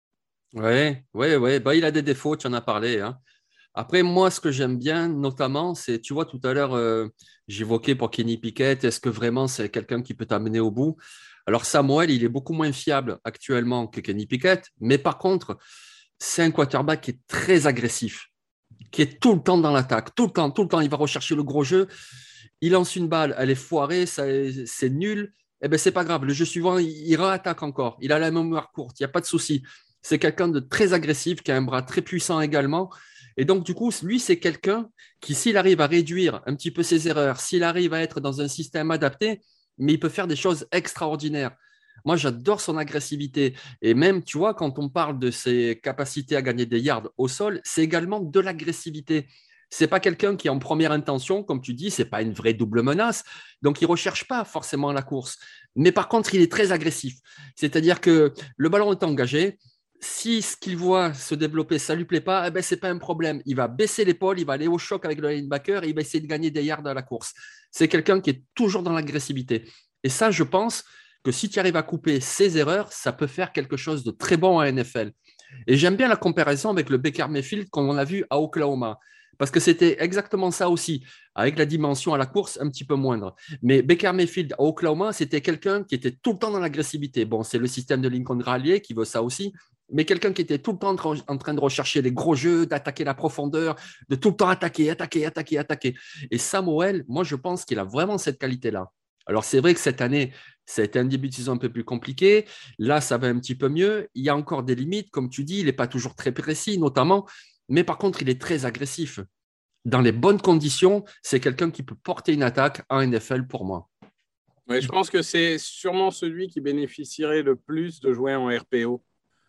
Ouais, ouais, ouais. Bah, il a des défauts, tu en as parlé, hein. Après, moi, ce que j'aime bien, notamment, c'est, tu vois, tout à l'heure, euh, j'évoquais pour Kenny Pickett, est-ce que vraiment c'est quelqu'un qui peut t'amener au bout? Alors, Samuel, il est beaucoup moins fiable actuellement que Kenny Pickett, mais par contre, c'est un quarterback qui est très agressif, qui est tout le temps dans l'attaque, tout le temps, tout le temps, il va rechercher le gros jeu. Il lance une balle, elle est foirée, ça, c'est nul. Eh bien, c'est pas grave. Le jeu suivant, il, il réattaque encore. Il a la mémoire courte, il n'y a pas de souci. C'est quelqu'un de très agressif, qui a un bras très puissant également. Et donc, du coup, lui, c'est quelqu'un qui, s'il arrive à réduire un petit peu ses erreurs, s'il arrive à être dans un système adapté, mais il peut faire des choses extraordinaires. Moi, j'adore son agressivité. Et même, tu vois, quand on parle de ses capacités à gagner des yards au sol, c'est également de l'agressivité. C'est pas quelqu'un qui, en première intention, comme tu dis, c'est pas une vraie double menace. Donc, il recherche pas forcément la course. Mais par contre, il est très agressif. C'est-à-dire que le ballon est engagé. Si ce qu'il voit se développer, ça ne lui plaît pas, eh ben, ce n'est pas un problème. Il va baisser l'épaule, il va aller au choc avec le linebacker et il va essayer de gagner des yards à la course. C'est quelqu'un qui est toujours dans l'agressivité. Et ça, je pense que si tu arrives à couper ses erreurs, ça peut faire quelque chose de très bon en N F L. Et j'aime bien la comparaison avec le Baker Mayfield qu'on a vu à Oklahoma. Parce que c'était exactement ça aussi, avec la dimension à la course un petit peu moindre. Mais Baker Mayfield à Oklahoma, c'était quelqu'un qui était tout le temps dans l'agressivité. Bon, c'est le système de Lincoln Riley qui veut ça aussi, mais quelqu'un qui était tout le temps en train de rechercher les gros jeux, d'attaquer la profondeur, de tout le temps attaquer, attaquer, attaquer, attaquer. Et Samuel, moi, je pense qu'il a vraiment cette qualité-là. Alors, c'est vrai que cette année, ça a été un début de saison un peu plus compliqué. Là, ça va un petit peu mieux. Il y a encore des limites, comme tu dis, il n'est pas toujours très précis, notamment. Mais par contre, il est très agressif. Dans les bonnes conditions, c'est quelqu'un qui peut porter une attaque en N F L pour moi. Ouais, je pense que c'est sûrement celui qui bénéficierait le plus de jouer en R P O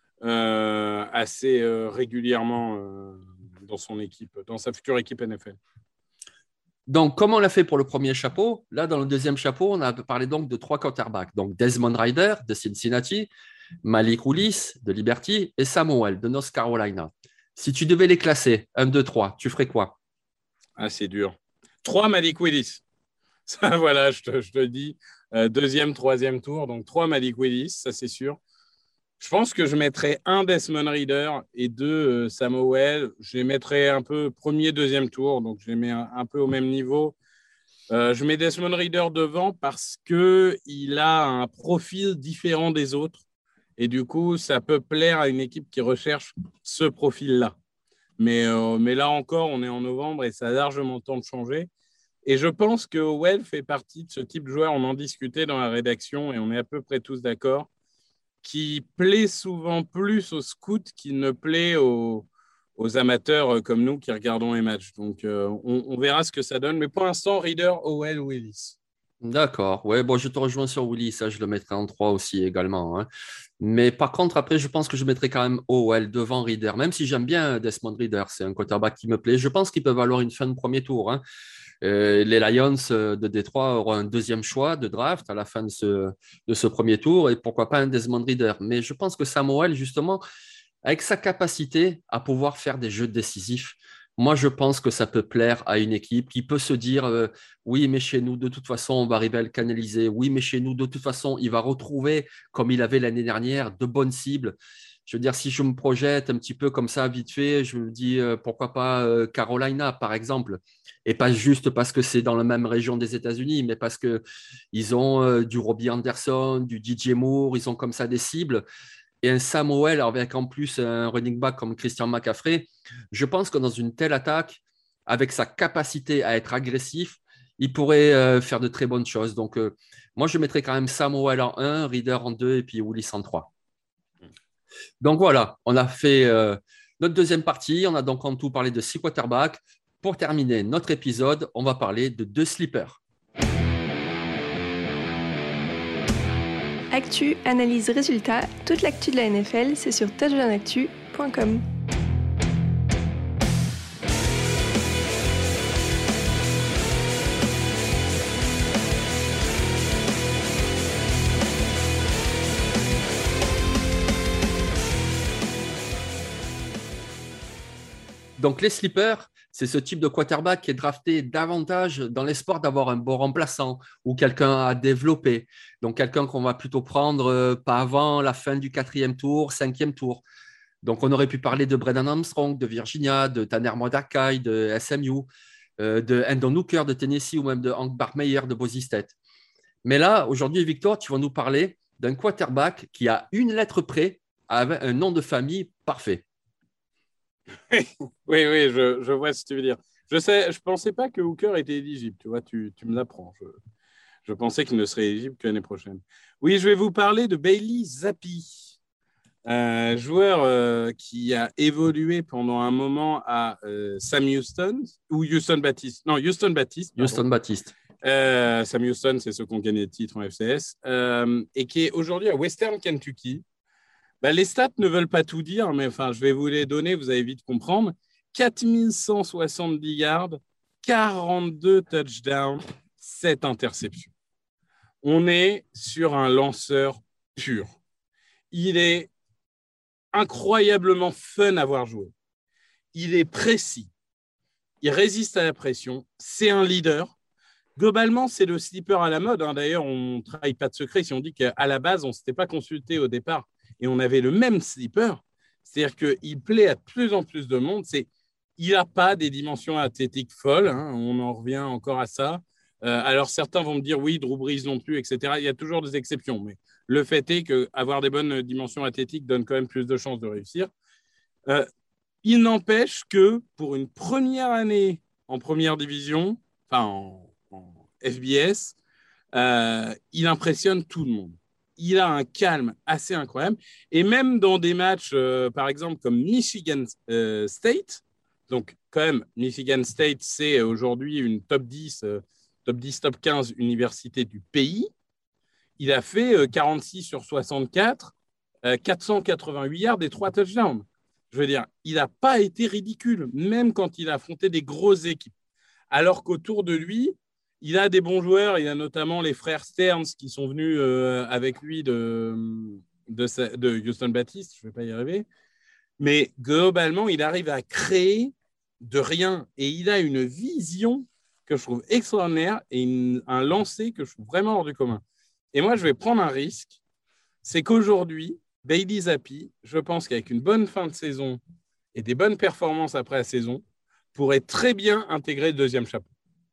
euh, assez euh, régulièrement euh, dans son équipe, dans sa future équipe N F L. Donc, comme on l'a fait pour le premier chapeau, là, dans le deuxième chapeau, on a parlé donc de trois quarterbacks. Donc, Desmond Ridder de Cincinnati, Malik Willis de Liberty et Samuel de North Carolina. Si tu devais les classer, un, deux, trois, tu ferais quoi? Ah, c'est dur. trois Malik Willis. Ça, voilà, je te, je te dis. Euh, deuxième, troisième tour. Donc, trois Malik Willis, ça, c'est sûr. Je pense que je mettrais un Desmond Ridder et deux euh, Samuel. Je les mettrais un peu premier, deuxième tour. Donc, je les mets un, un peu au même niveau. Euh, je mets Desmond Ridder devant parce qu'il a un profil différent des autres. Et du coup, ça peut plaire à une équipe qui recherche ce profil-là. Mais, euh, mais là encore, on est en novembre et ça a largement le temps de changer. Et je pense que Howell fait partie de ce type de joueur, on en discutait dans la rédaction et on est à peu près tous d'accord, qui plaît souvent plus aux scouts qu'il ne plaît aux, aux amateurs comme nous qui regardons les matchs. Donc, euh, on, on verra ce que ça donne. Mais pour l'instant, Ridder, Howell, Willis. D'accord. Ouais, bon, je te rejoins sur Willis, ça, je le mettrai en trois aussi également, hein. Mais par contre, après, je pense que je mettrai quand même Howell devant Ridder, même si j'aime bien Desmond Ridder, c'est un quarterback qui me plaît. Je pense qu'il peut valoir une fin de premier tour, hein. Euh, les Lions de Détroit auront un deuxième choix de draft à la fin de ce, de ce premier tour et pourquoi pas un Desmond Ridder. Mais je pense que Samuel, justement, avec sa capacité à pouvoir faire des jeux décisifs, moi, je pense que ça peut plaire à une équipe qui peut se dire euh, oui, mais chez nous, de toute façon, on va arriver à le canaliser. Oui, mais chez nous, de toute façon, il va retrouver, comme il avait l'année dernière, de bonnes cibles. Je veux dire, si je me projette un petit peu comme ça, vite fait, je me dis euh, pourquoi pas euh, Carolina, par exemple. Et pas juste parce que c'est dans la même région des États-Unis, mais parce qu'ils ont euh, du Robbie Anderson, du D J Moore, ils ont comme ça des cibles. Et un Samuel avec en plus un running back comme Christian McCaffrey, je pense que dans une telle attaque, avec sa capacité à être agressif, il pourrait euh, faire de très bonnes choses. Donc, euh, moi, je mettrais quand même Samuel en un, Ridder en deux et puis Willis en trois. Donc, voilà, on a fait euh, notre deuxième partie. On a donc en tout parlé de six quarterbacks. Pour terminer notre épisode, on va parler de deux sleepers. Actu, analyse, résultat, toute l'actu de la N F L, c'est sur touchdown actu point com. Donc, les sleepers, c'est ce type de quarterback qui est drafté davantage dans l'espoir d'avoir un bon remplaçant ou quelqu'un à développer. Donc, quelqu'un qu'on va plutôt prendre euh, pas avant la fin du quatrième tour, cinquième tour. Donc, on aurait pu parler de Brennan Armstrong, de Virginia, de Tanner Mordecai, de S M U, euh, de Hendon Hooker de Tennessee ou même de Hank Barmeyer de Boise State. Mais là, aujourd'hui, Victor, tu vas nous parler d'un quarterback qui a une lettre près, avec un nom de famille parfait. Oui, oui, je, je vois ce que tu veux dire. Je sais, je pensais pas que Hooker était éligible. Tu vois, tu, tu me l'apprends. Je, je pensais qu'il ne serait éligible que l'année prochaine. Oui, je vais vous parler de Bailey Zappi, un joueur euh, qui a évolué pendant un moment à euh, Sam Houston ou Houston Baptiste. Non, Houston Baptiste. Pardon. Houston Baptiste. Euh, Sam Houston, c'est ceux qui ont gagné le titre en F C S euh, et qui est aujourd'hui à Western Kentucky. Bah, les stats ne veulent pas tout dire, mais enfin, je vais vous les donner, vous allez vite comprendre. quatre mille cent soixante-dix yards, quarante-deux touchdowns, sept interceptions. On est sur un lanceur pur. Il est incroyablement fun à voir jouer. Il est précis. Il résiste à la pression. C'est un leader. Globalement, c'est le sleeper à la mode. Hein. D'ailleurs, on ne trahit pas de secret si on dit qu'à la base, on ne s'était pas consulté au départ et on avait le même sleeper. C'est-à-dire qu'il plaît à de plus en plus de monde. C'est, il n'a pas des dimensions athlétiques folles. Hein. On en revient encore à ça. Euh, alors, certains vont me dire, oui, Drew Brees non plus, et cetera. Il y a toujours des exceptions. Mais le fait est qu'avoir des bonnes dimensions athlétiques donne quand même plus de chances de réussir. Euh, il n'empêche que pour une première année en première division, enfin en, en F B S, euh, il impressionne tout le monde. Il a un calme assez incroyable. Et même dans des matchs, euh, par exemple, comme Michigan euh, State, donc quand même, Michigan State, c'est aujourd'hui une top dix, euh, top dix, top quinze université du pays. Il a fait euh, quarante-six sur soixante-quatre, euh, quatre cent quatre-vingt-huit yards et trois touchdowns. Je veux dire, il n'a pas été ridicule, même quand il a affronté des grosses équipes. Alors qu'autour de lui, il a des bons joueurs. Il a notamment les frères Stearns qui sont venus euh, avec lui de, de, de Houston Baptiste. Je ne vais pas y arriver. Mais globalement, il arrive à créer de rien. Et il a une vision que je trouve extraordinaire et une, un lancer que je trouve vraiment hors du commun. Et moi, je vais prendre un risque. C'est qu'aujourd'hui, Bailey Zappi, je pense qu'avec une bonne fin de saison et des bonnes performances après la saison, pourrait très bien intégrer le deuxième chapeau.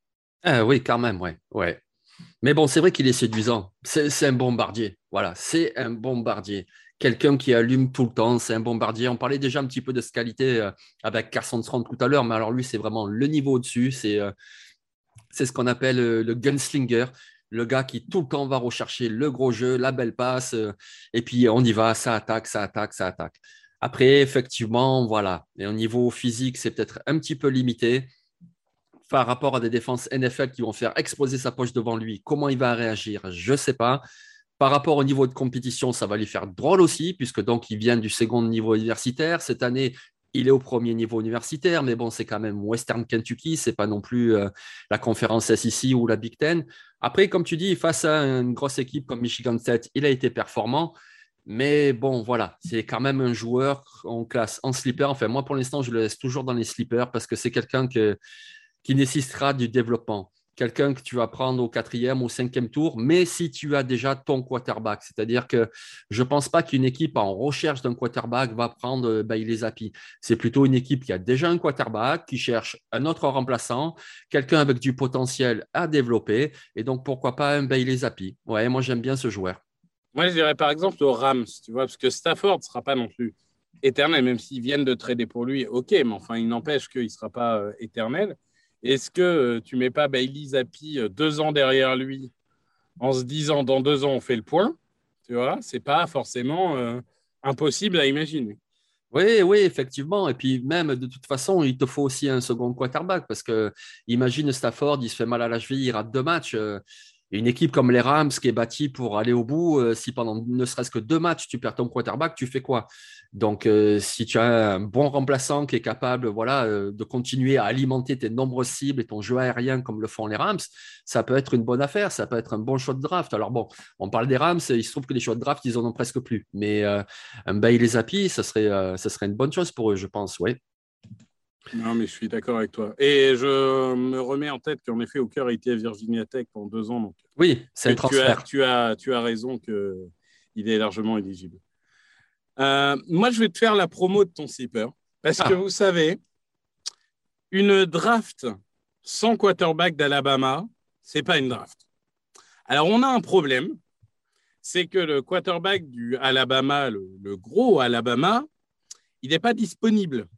Ah, oui, quand même, ouais, ouais. Mais bon, c'est vrai qu'il est séduisant. C'est, c'est un bombardier. Voilà, c'est un bombardier. Quelqu'un qui allume tout le temps, c'est un bombardier. On parlait déjà un petit peu de cette qualité euh, avec Carson Strong tout à l'heure, mais alors lui, c'est vraiment le niveau au-dessus. C'est, euh, c'est ce qu'on appelle euh, le gunslinger. Le gars qui tout le temps va rechercher le gros jeu, la belle passe, euh, et puis on y va, ça attaque, ça attaque, ça attaque. Après, effectivement, voilà. Et au niveau physique, c'est peut-être un petit peu limité par rapport à des défenses N F L qui vont faire exploser sa poche devant lui. Comment il va réagir, je ne sais pas. Par rapport au niveau de compétition, ça va lui faire drôle aussi, puisque donc il vient du second niveau universitaire. Cette année, il est au premier niveau universitaire, mais bon, c'est quand même Western Kentucky, c'est pas non plus euh, la conférence S E C ou la Big Ten. Après, comme tu dis, face à une grosse équipe comme Michigan State, il a été performant. Mais bon, voilà, c'est quand même un joueur en classe en sleeper. Enfin, moi, pour l'instant, je le laisse toujours dans les sleepers parce que c'est quelqu'un que, qui nécessitera du développement. Quelqu'un que tu vas prendre au quatrième ou cinquième tour, mais si tu as déjà ton quarterback. C'est-à-dire que je ne pense pas qu'une équipe en recherche d'un quarterback va prendre Bailey Zappi. C'est plutôt une équipe qui a déjà un quarterback, qui cherche un autre remplaçant, quelqu'un avec du potentiel à développer. Et donc, pourquoi pas un Bailey Zappi? Ouais, moi, j'aime bien ce joueur. Moi, je dirais par exemple aux Rams, tu vois, parce que Stafford ne sera pas non plus éternel, même s'ils viennent de trader pour lui, ok, mais enfin, il n'empêche qu'il ne sera pas euh, éternel. Est-ce que euh, tu ne mets pas Bailey Zappi euh, deux ans derrière lui en se disant dans deux ans, on fait le point? Tu vois, ce n'est pas forcément euh, impossible à imaginer. Oui, oui, effectivement. Et puis même, de toute façon, il te faut aussi un second quarterback parce que imagine Stafford, il se fait mal à la cheville, il rate deux matchs. Euh, une équipe comme les Rams qui est bâtie pour aller au bout, euh, si pendant ne serait-ce que deux matchs, tu perds ton quarterback, tu fais quoi? Donc, euh, si tu as un bon remplaçant qui est capable voilà, euh, de continuer à alimenter tes nombreuses cibles et ton jeu aérien comme le font les Rams, ça peut être une bonne affaire, ça peut être un bon choix de draft. Alors bon, on parle des Rams, il se trouve que les choix de draft, ils en ont presque plus. Mais euh, un Bailey Zappi, ça serait, euh, ça serait une bonne chose pour eux, je pense, oui. Non, mais je suis d'accord avec toi. Et je me remets en tête qu'en effet, Hooker a été à Virginia Tech pendant deux ans. Donc Oui, c'est un tu as, transfert. tu as, tu as raison qu'il est largement éligible. Euh, moi, je vais te faire la promo de ton sleeper. Parce ah. que vous savez, une draft sans quarterback d'Alabama, ce n'est pas une draft. Alors, on a un problème. C'est que le quarterback du Alabama, le, le gros Alabama, il n'est pas disponible.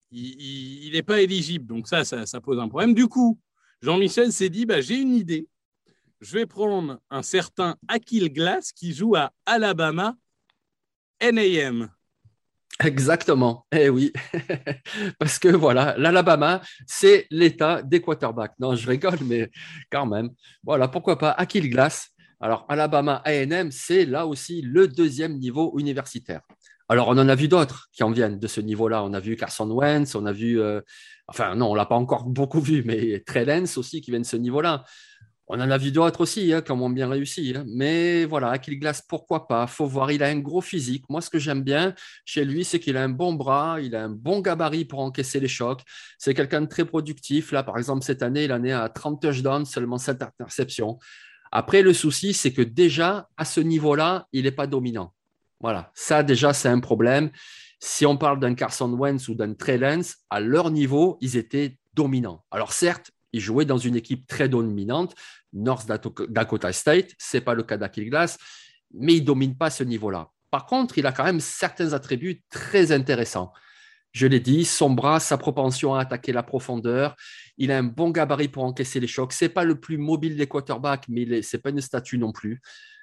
Il n'est pas éligible. Donc ça, ça, ça pose un problème. Du coup, Jean-Michel s'est dit, bah, j'ai une idée. Je vais prendre un certain Akil Glass qui joue à Alabama N A M. Exactement. Eh oui. Parce que voilà, l'Alabama, c'est l'état des quarterbacks. Non, je rigole, mais quand même. Voilà, pourquoi pas Akil Glass. Alors, Alabama A and M, c'est là aussi le deuxième niveau universitaire. Alors, on en a vu d'autres qui en viennent de ce niveau-là. On a vu Carson Wentz, on a vu… Euh, enfin, non, on ne l'a pas encore beaucoup vu, mais Trey Lance aussi qui vient de ce niveau-là. On en a vu d'autres aussi hein, qui ont bien réussi. Hein. Mais voilà, Akil Glass, pourquoi pas? Il faut voir, il a un gros physique. Moi, ce que j'aime bien chez lui, c'est qu'il a un bon bras, il a un bon gabarit pour encaisser les chocs. C'est quelqu'un de très productif. Là, par exemple, cette année, il en est à trente touchdowns, seulement sept interceptions. Après, le souci, c'est que déjà, à ce niveau-là, il n'est pas dominant. Voilà, ça déjà, c'est un problème. Si on parle d'un Carson Wentz ou d'un Trey Lance, à leur niveau, ils étaient dominants. Alors certes, ils jouaient dans une équipe très dominante, North Dakota State, ce n'est pas le cas d'Akil Glass, mais il ne domine pas ce niveau-là. Par contre, il a quand même certains attributs très intéressants. Je l'ai dit, son bras, sa propension à attaquer la profondeur, il a un bon gabarit pour encaisser les chocs. Ce n'est pas le plus mobile des quarterbacks, mais ce n'est pas une statue non plus.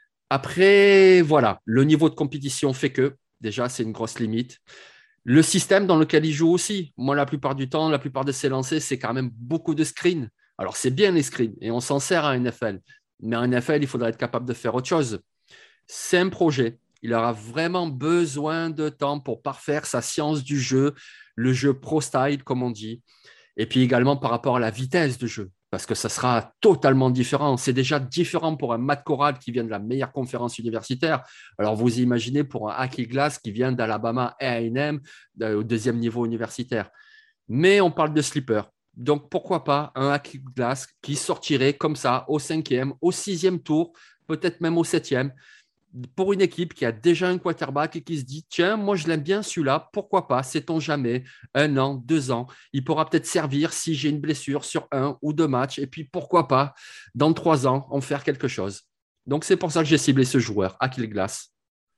Après, voilà, le niveau de compétition fait que, déjà, c'est une grosse limite. Le système dans lequel il joue aussi, moi, la plupart du temps, la plupart de ses lancers, c'est quand même beaucoup de screens. Alors, c'est bien les screens et on s'en sert à N F L. Mais en N F L, il faudrait être capable de faire autre chose. C'est un projet. Il aura vraiment besoin de temps pour parfaire sa science du jeu, le jeu pro-style, comme on dit. Et puis également par rapport à la vitesse de jeu, parce que ça sera totalement différent. C'est déjà différent pour un Matt Corral qui vient de la meilleure conférence universitaire. Alors, vous imaginez pour un Akil Glass qui vient d'Alabama A and M au deuxième niveau universitaire. Mais on parle de sleeper. Donc, pourquoi pas un Akil Glass qui sortirait comme ça au cinquième, au sixième tour, peut-être même au septième, pour une équipe qui a déjà un quarterback et qui se dit « Tiens, moi, je l'aime bien celui-là, pourquoi pas, sait-on jamais, un an, deux ans, il pourra peut-être servir si j'ai une blessure sur un ou deux matchs, et puis pourquoi pas, dans trois ans, en faire quelque chose. » Donc, c'est pour ça que j'ai ciblé ce joueur, Akil Glass.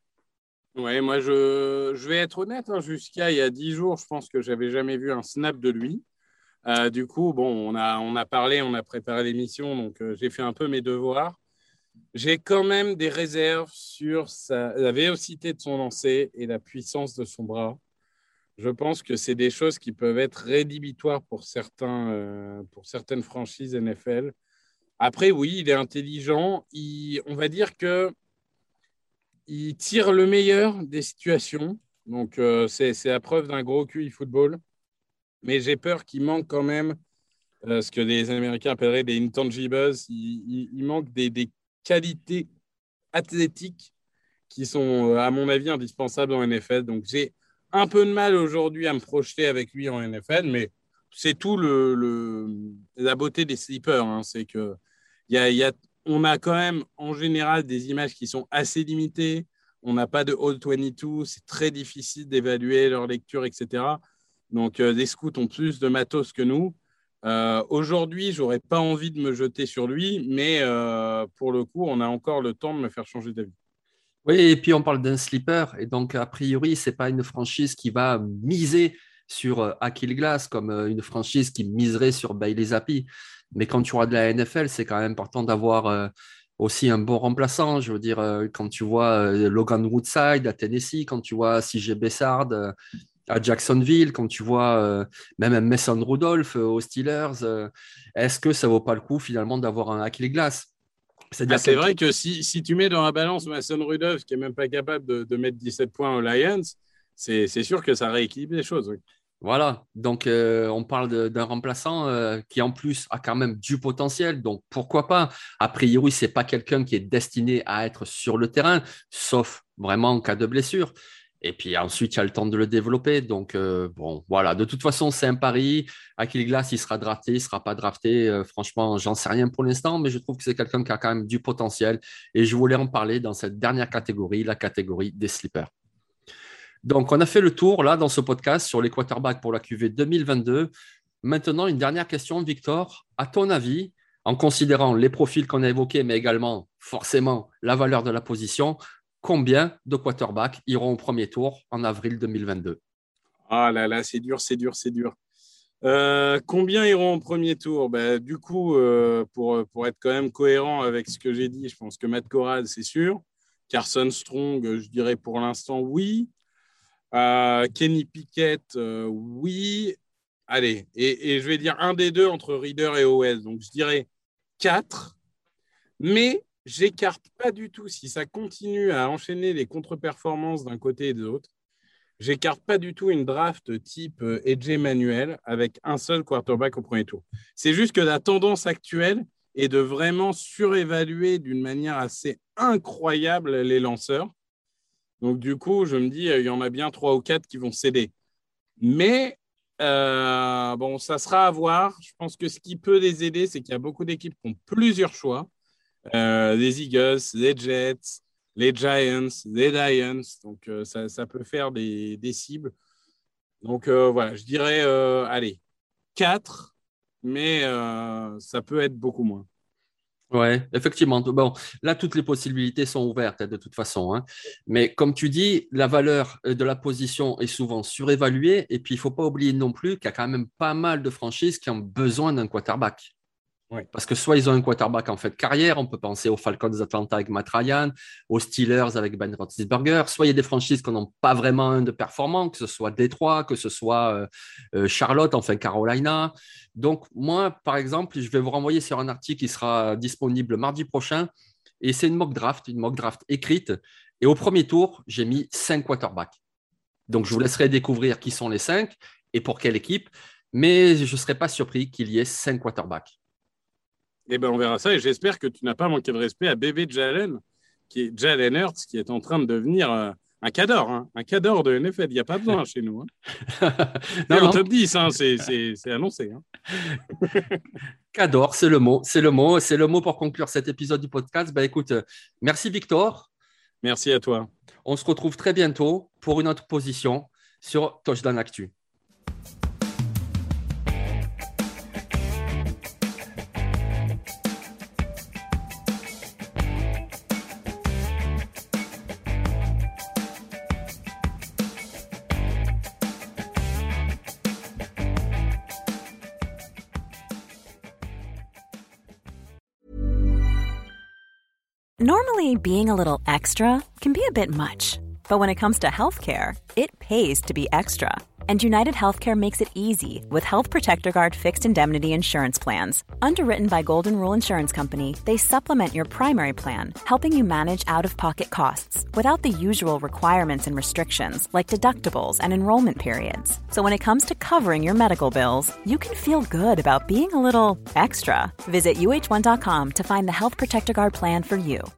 Oui, moi, je, je vais être honnête, hein, jusqu'à il y a dix jours, je pense que je n'avais jamais vu un snap de lui. Euh, du coup, bon, on a, on a parlé, on a préparé l'émission, donc euh, j'ai fait un peu mes devoirs. J'ai quand même des réserves sur sa, la vélocité de son lancer et la puissance de son bras. Je pense que c'est des choses qui peuvent être rédhibitoires pour, certains, euh, pour certaines franchises N F L. Après, oui, il est intelligent. Il, on va dire qu'il tire le meilleur des situations. Donc, euh, c'est, c'est la preuve d'un gros Q I football. Mais j'ai peur qu'il manque quand même euh, ce que les Américains appelleraient des intangibles. Il, il, il manque des, des qualités athlétiques qui sont, à mon avis, indispensables en N F L. Donc, j'ai un peu de mal aujourd'hui à me projeter avec lui en N F L, mais c'est tout le, le, la beauté des sleepers. Hein. C'est que y a, y a, on a quand même, en général, des images qui sont assez limitées. On n'a pas de All vingt-deux. C'est très difficile d'évaluer leur lecture, et cetera. Donc, euh, les scouts ont plus de matos que nous. Euh, aujourd'hui, je n'aurais pas envie de me jeter sur lui, mais euh, pour le coup, on a encore le temps de me faire changer d'avis. Oui, et puis on parle d'un sleeper, et donc a priori, ce n'est pas une franchise qui va miser sur euh, Akil Glass comme euh, une franchise qui miserait sur Bailey Zappi. Mais quand tu auras de la N F L, c'est quand même important d'avoir euh, aussi un bon remplaçant. Je veux dire, euh, quand tu vois euh, Logan Woodside à Tennessee, quand tu vois C J Beathard euh, à Jacksonville, quand tu vois euh, même un Mason Rudolph euh, aux Steelers, euh, est-ce que ça ne vaut pas le coup finalement d'avoir un Akil Glass? C'est-à-dire ah, c'est vrai que si, si tu mets dans la balance Mason Rudolph, qui n'est même pas capable de, de mettre dix-sept points aux Lions, c'est, c'est sûr que ça rééquilibre les choses. Oui. Voilà, donc euh, on parle de, d'un remplaçant euh, qui en plus a quand même du potentiel, donc pourquoi pas? A priori, ce n'est pas quelqu'un qui est destiné à être sur le terrain, sauf vraiment en cas de blessure. Et puis ensuite, il y a le temps de le développer. Donc, euh, bon, voilà. De toute façon, c'est un pari. Akil Glass, il sera drafté, il ne sera pas drafté. Euh, franchement, j'en sais rien pour l'instant, mais je trouve que c'est quelqu'un qui a quand même du potentiel. Et je voulais en parler dans cette dernière catégorie, la catégorie des sleepers. Donc, on a fait le tour, là, dans ce podcast, sur les quarterbacks pour la Q V deux mille vingt-deux. Maintenant, une dernière question, Victor. À ton avis, en considérant les profils qu'on a évoqués, mais également, forcément, la valeur de la position, combien de quarterbacks iront au premier tour en avril deux mille vingt-deux? Ah là là, c'est dur, c'est dur, c'est dur. Euh, combien iront au premier tour? Bah, du coup, euh, pour, pour être quand même cohérent avec ce que j'ai dit, je pense que Matt Corral, c'est sûr. Carson Strong, je dirais pour l'instant oui. Euh, Kenny Pickett, euh, oui. Allez, et, et je vais dire un des deux entre Reader et O S. Donc, je dirais quatre. Mais j'écarte pas du tout, si ça continue à enchaîner les contre-performances d'un côté et de l'autre, j'écarte pas du tout une draft type A J Manuel avec un seul quarterback au premier tour. C'est juste que la tendance actuelle est de vraiment surévaluer d'une manière assez incroyable les lanceurs. Donc, du coup, je me dis, il y en a bien trois ou quatre qui vont céder. Mais, euh, bon, ça sera à voir. Je pense que ce qui peut les aider, c'est qu'il y a beaucoup d'équipes qui ont plusieurs choix. Euh, les Eagles, les Jets, les Giants, les Lions. Donc, euh, ça, ça peut faire des, des cibles. Donc, euh, voilà, je dirais, euh, allez, quatre, mais euh, ça peut être beaucoup moins. Ouais, effectivement. Bon, là, toutes les possibilités sont ouvertes hein, de toute façon. Hein. Mais comme tu dis, la valeur de la position est souvent surévaluée. Et puis, il ne faut pas oublier non plus qu'il y a quand même pas mal de franchises qui ont besoin d'un quarterback. Ouais. Parce que soit ils ont un quarterback en fait de carrière, on peut penser aux Falcons d'Atlanta avec Matt Ryan, aux Steelers avec Ben Roethlisberger, soit il y a des franchises qui n'ont pas vraiment un de performant, que ce soit Détroit, que ce soit euh, euh, Charlotte, enfin Carolina. Donc moi, par exemple, je vais vous renvoyer sur un article qui sera disponible mardi prochain, et c'est une mock draft, une mock draft écrite, et au premier tour, j'ai mis cinq quarterbacks. Donc je vous laisserai découvrir qui sont les cinq et pour quelle équipe, mais je ne serais pas surpris qu'il y ait cinq quarterbacks. Eh ben, on verra ça et j'espère que tu n'as pas manqué de respect à bébé Jalen, qui est Jalen Hurts, qui est en train de devenir euh, un cador, hein, un cador de N F L. Il n'y a pas besoin chez nous. Hein. non, non. Top dix, hein, c'est, c'est, c'est annoncé. Hein. Cador, c'est le mot, c'est le mot, c'est le mot pour conclure cet épisode du podcast. Ben, écoute, merci Victor. Merci à toi. On se retrouve très bientôt pour une autre position sur Touchdown Actu. Normally, being a little extra can be a bit much, but when it comes to healthcare, it pays to be extra. And United Healthcare makes it easy with Health Protector Guard fixed indemnity insurance plans. Underwritten by Golden Rule Insurance Company, they supplement your primary plan, helping you manage out-of-pocket costs without the usual requirements and restrictions like deductibles and enrollment periods. So when it comes to covering your medical bills, you can feel good about being a little extra. Visit U H one dot com to find the Health Protector Guard plan for you.